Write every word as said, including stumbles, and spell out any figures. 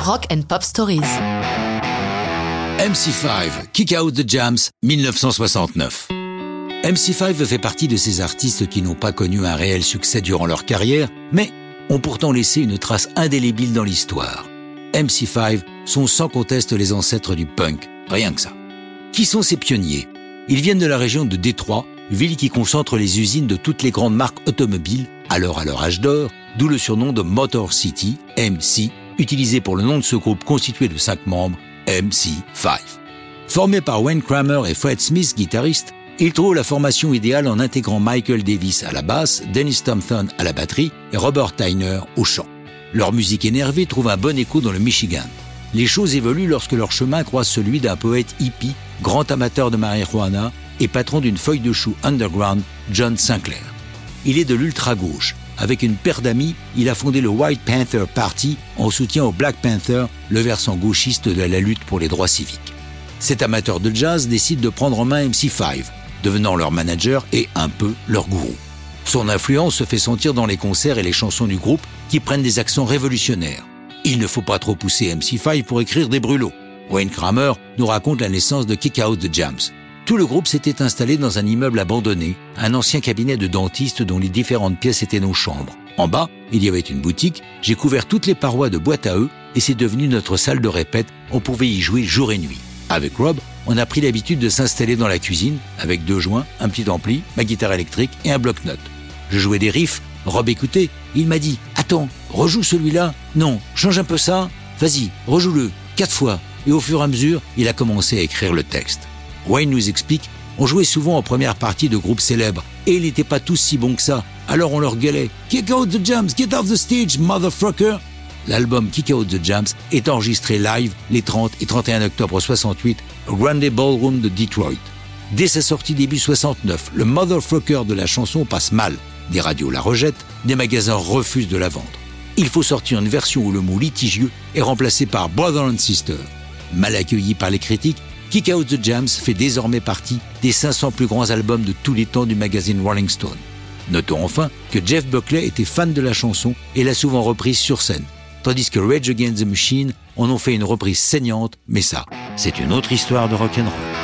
Rock and Pop Stories. M C cinq, Kick Out the Jams, dix-neuf cent soixante-neuf. M C cinq fait partie de ces artistes qui n'ont pas connu un réel succès durant leur carrière, mais ont pourtant laissé une trace indélébile dans l'histoire. M C cinq sont sans conteste les ancêtres du punk, rien que ça. Qui sont ces pionniers ? Ils viennent de la région de Détroit, ville qui concentre les usines de toutes les grandes marques automobiles, alors à leur âge d'or, d'où le surnom de Motor City, M C, utilisé pour le nom de ce groupe constitué de cinq membres, M C cinq. Formé par Wayne Kramer et Fred Smith, guitaristes, ils trouvent la formation idéale en intégrant Michael Davis à la basse, Dennis Thompson à la batterie et Robert Tyner au chant. Leur musique énervée trouve un bon écho dans le Michigan. Les choses évoluent lorsque leur chemin croise celui d'un poète hippie, grand amateur de marijuana et patron d'une feuille de chou underground, John Sinclair. Il est de l'ultra-gauche. Avec une paire d'amis, il a fondé le White Panther Party en soutien au Black Panther, le versant gauchiste de la lutte pour les droits civiques. Cet amateur de jazz décide de prendre en main M C cinq, devenant leur manager et un peu leur gourou. Son influence se fait sentir dans les concerts et les chansons du groupe qui prennent des accents révolutionnaires. Il ne faut pas trop pousser M C cinq pour écrire des brûlots. Wayne Kramer nous raconte la naissance de Kick Out the Jams. Tout le groupe s'était installé dans un immeuble abandonné, un ancien cabinet de dentiste dont les différentes pièces étaient nos chambres. En bas, il y avait une boutique, j'ai couvert toutes les parois de boîte à eux et c'est devenu notre salle de répète, on pouvait y jouer jour et nuit. Avec Rob, on a pris l'habitude de s'installer dans la cuisine, avec deux joints, un petit ampli, ma guitare électrique et un bloc-notes. Je jouais des riffs, Rob écoutait, il m'a dit « Attends, rejoue celui-là, non, change un peu ça, vas-y, rejoue-le, quatre fois ». Et au fur et à mesure, il a commencé à écrire le texte. Wayne nous explique, on jouait souvent en première partie de groupes célèbres, et ils n'étaient pas tous si bons que ça, alors on leur gueulait « Kick out the jams, get off the stage, motherfucker !» L'album Kick Out the Jams est enregistré live les trente et trente et un octobre soixante-huit au Grande Ballroom de Detroit. Dès sa sortie début soixante-neuf, le motherfucker de la chanson passe mal. Des radios la rejettent, des magasins refusent de la vendre. Il faut sortir une version où le mot litigieux est remplacé par Brother and Sister. Mal accueilli par les critiques, Kick Out the Jams fait désormais partie des cinq cents plus grands albums de tous les temps du magazine Rolling Stone. Notons enfin que Jeff Buckley était fan de la chanson et l'a souvent reprise sur scène, tandis que Rage Against the Machine en ont fait une reprise saignante, mais ça, c'est une autre histoire de rock'n'roll.